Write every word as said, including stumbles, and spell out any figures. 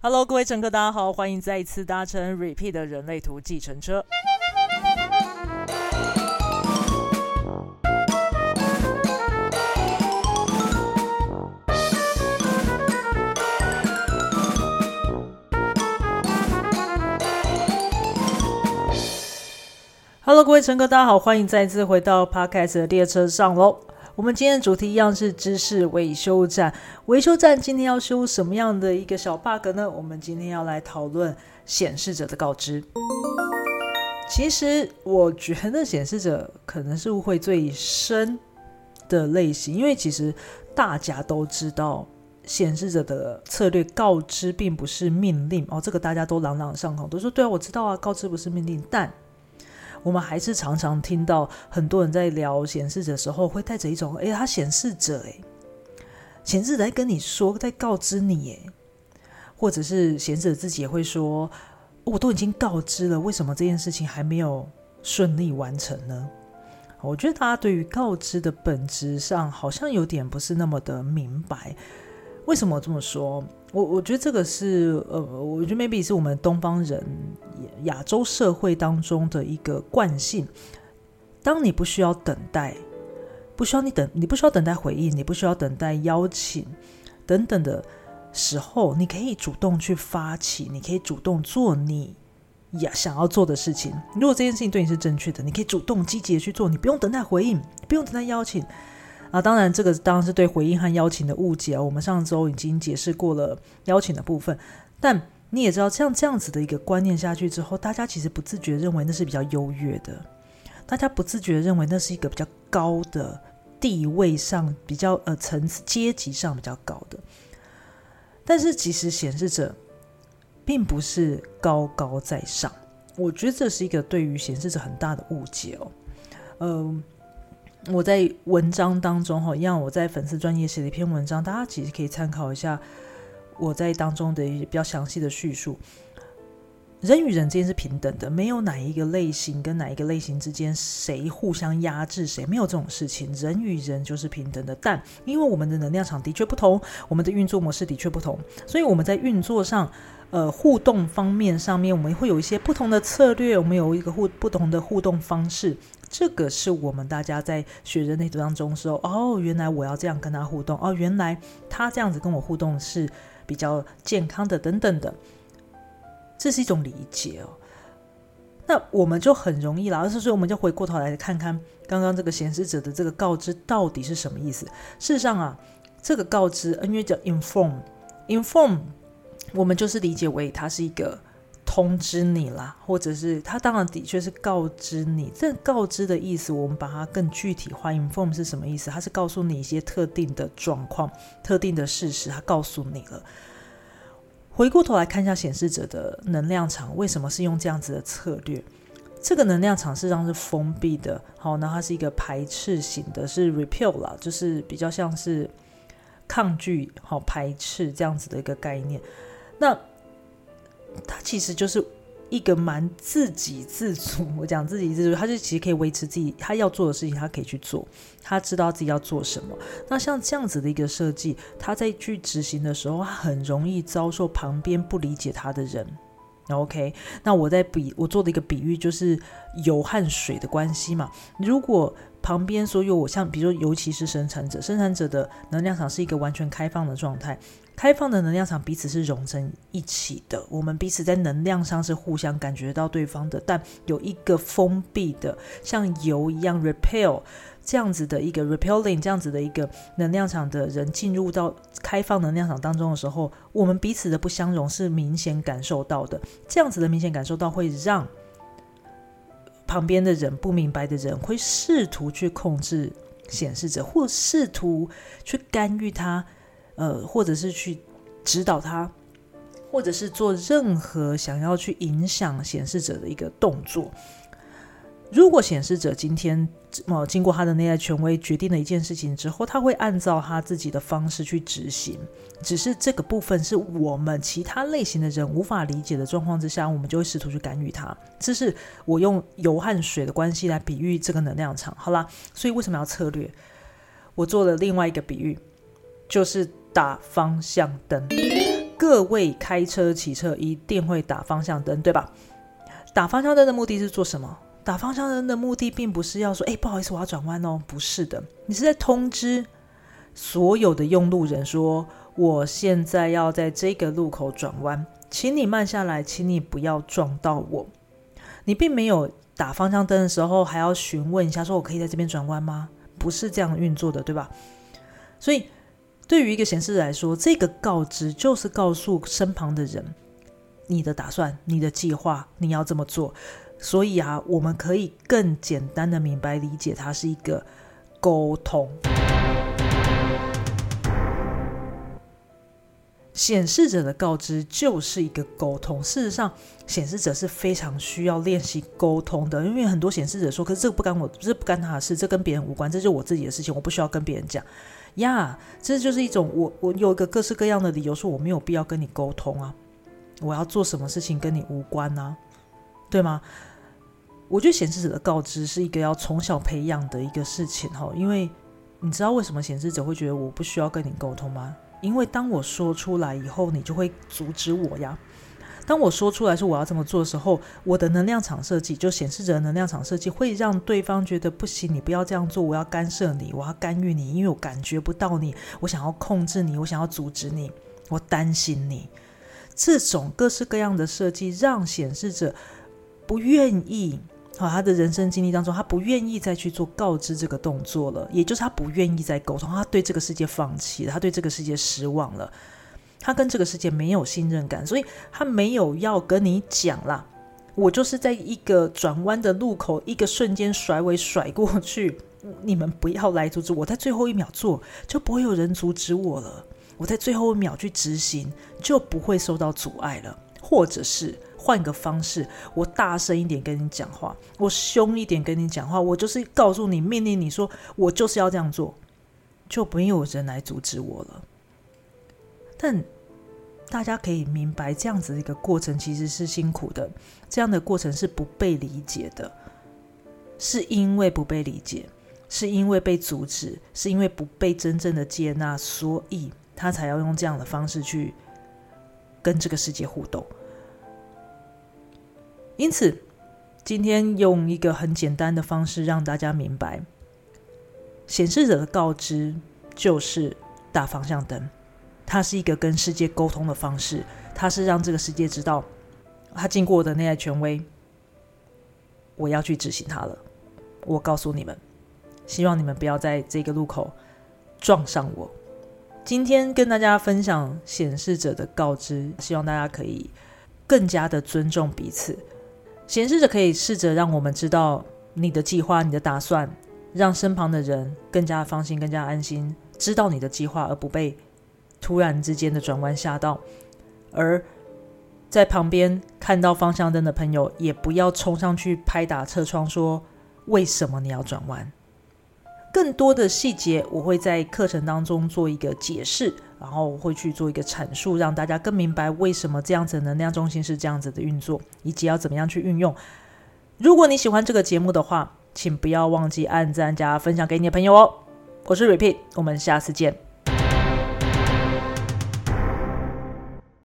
Hello， 各位乘客，大家好，欢迎再一次搭乘 Repeat 的人类图计程车。Hello， 各位乘客，大家好，欢迎再一次回到 Podcast 的列车上喽。我们今天的主题一样是知识维修站。维修站今天要修什么样的一个小 bug 呢？我们今天要来讨论显示者的告知。其实我觉得显示者可能是误会最深的类型，因为其实大家都知道显示者的策略告知并不是命令哦，这个大家都朗朗上口，都说对啊，我知道啊，告知不是命令，但我们还是常常听到很多人在聊显示者的时候会带着一种诶他显示者诶显示者在跟你说，在告知你诶或者是显示者自己也会说我都已经告知了，为什么这件事情还没有顺利完成呢？我觉得大家对于告知的本质上好像有点不是那么的明白。为什么我这么说？我我觉得这个是呃，我觉得 maybe 是我们东方人亚洲社会当中的一个惯性。当你不需要等待，不需要你等，你不需要等待回应，你不需要等待邀请等等的时候，你可以主动去发起，你可以主动做你想要做的事情。如果这件事情对你是正确的，你可以主动积极的去做，你不用等待回应，不用等待邀请。啊，当然这个当然是对回应和邀请的误解，我们上周已经解释过了邀请的部分，但你也知道像这样子的一个观念下去之后，大家其实不自觉认为那是比较优越的，大家不自觉认为那是一个比较高的地位上比较呃层次阶级上比较高的，但是其实显示者并不是高高在上，我觉得这是一个对于显示者很大的误解哦。呃我在文章当中一样，我在粉丝专页写了一篇文章，大家其实可以参考一下我在当中的一些比较详细的叙述。人与人之间是平等的，没有哪一个类型跟哪一个类型之间谁互相压制谁，没有这种事情。人与人就是平等的，但因为我们的能量场的确不同，我们的运作模式的确不同，所以我们在运作上呃，互动方面上面我们会有一些不同的策略，我们有一个互不同的互动方式，这个是我们大家在学人类图当中说哦，原来我要这样跟他互动，哦，原来他这样子跟我互动是比较健康的等等的，这是一种理解哦。那我们就很容易啦，所以我们就回过头来看看刚刚这个显示者的这个告知到底是什么意思。事实上啊，这个告知因为叫 inform inform我们就是理解为它是一个通知你啦，或者是它当然的确是告知你。这告知的意思我们把它更具体化， inform 是什么意思？它是告诉你一些特定的状况，特定的事实，它告诉你了。回过头来看一下显示者的能量场为什么是用这样子的策略。这个能量场事实上是封闭的，好，那它是一个排斥型的，是 repel 啦，就是比较像是抗拒好排斥这样子的一个概念。那他其实就是一个蛮自给自足，我讲自给自足，他就其实可以维持自己他要做的事情，他可以去做，他知道自己要做什么。那像这样子的一个设计，他在去执行的时候，他很容易遭受旁边不理解他的人。OK， 那我在比我做的一个比喻就是油和水的关系嘛。如果旁边所有我像比如说尤其是生产者，生产者的能量场是一个完全开放的状态，开放的能量场彼此是融成一起的，我们彼此在能量上是互相感觉到对方的，但有一个封闭的像油一样 repel 这样子的一个 repelling 这样子的一个能量场的人进入到开放能量场当中的时候，我们彼此的不相容是明显感受到的。这样子的明显感受到会让旁边的人不明白的人会试图去控制显示者，或试图去干预他，呃，或者是去指导他，或者是做任何想要去影响显示者的一个动作。如果显示者今天、呃、经过他的内在权威决定了一件事情之后，他会按照他自己的方式去执行，只是这个部分是我们其他类型的人无法理解的状况之下，我们就会试图去干预他。这是我用油和水的关系来比喻这个能量场。好啦，所以为什么要策略？我做了另外一个比喻，就是打方向灯。 各位开车骑车一定会打方向灯，对吧？打方向灯的目的是做什么？打方向灯的目的并不是要说，哎，不好意思，我要转弯哦，不是的，你是在通知所有的用路人说，我现在要在这个路口转弯，请你慢下来，请你不要撞到我。你并没有打方向灯的时候还要询问一下，说我可以在这边转弯吗？不是这样运作的，对吧？所以对于一个显示者来说，这个告知就是告诉身旁的人你的打算，你的计划，你要这么做。所以啊，我们可以更简单的明白理解，它是一个沟通。显示者的告知就是一个沟通。事实上，显示者是非常需要练习沟通的，因为很多显示者说，可是这个不干我，这不干他的事，这跟别人无关，这就是我自己的事情，我不需要跟别人讲呀。这就是一种我我有一个各式各样的理由，说我没有必要跟你沟通啊，我要做什么事情跟你无关啊，对吗？我觉得显示者的告知是一个要从小培养的一个事情，因为你知道为什么显示者会觉得我不需要跟你沟通吗？因为当我说出来以后，你就会阻止我呀。当我说出来说我要这么做的时候，我的能量场设计，就显示者的能量场设计，会让对方觉得不行，你不要这样做，我要干涉你，我要干预你，因为我感觉不到你，我想要控制你，我想要阻止你，我担心你。这种各式各样的设计让显示者不愿意，他的人生经历当中他不愿意再去做告知这个动作了，也就是他不愿意再沟通，他对这个世界放弃了，他对这个世界失望了，他跟这个世界没有信任感，所以他没有要跟你讲啦，我就是在一个转弯的路口一个瞬间甩尾甩过去，你们不要来阻止我，在最后一秒做就不会有人阻止我了，我在最后一秒去执行就不会受到阻碍了。或者是换个方式，我大声一点跟你讲话，我凶一点跟你讲话，我就是告诉你，命令你说我就是要这样做，就没有人来阻止我了。但大家可以明白，这样子的一个过程其实是辛苦的，这样的过程是不被理解的，是因为不被理解，是因为被阻止，是因为不被真正的接纳，所以他才要用这样的方式去跟这个世界互动。因此今天用一个很简单的方式让大家明白，显示者的告知就是大方向灯，它是一个跟世界沟通的方式，它是让这个世界知道他经过我的内在权威，我要去执行它了。我告诉你们，希望你们不要在这个路口撞上我。今天跟大家分享显示者的告知，希望大家可以更加的尊重彼此。显示者可以试着让我们知道你的计划，你的打算，让身旁的人更加放心，更加安心，知道你的计划，而不被突然之间的转弯吓到。而在旁边看到方向灯的朋友，也不要冲上去拍打车窗说为什么你要转弯。更多的细节我会在课程当中做一个解释，然后会去做一个阐述，让大家更明白为什么这样子的能量中心是这样子的运作，以及要怎么样去运用。如果你喜欢这个节目的话，请不要忘记按赞加分享给你的朋友哦。我是 Repeat， 我们下次见。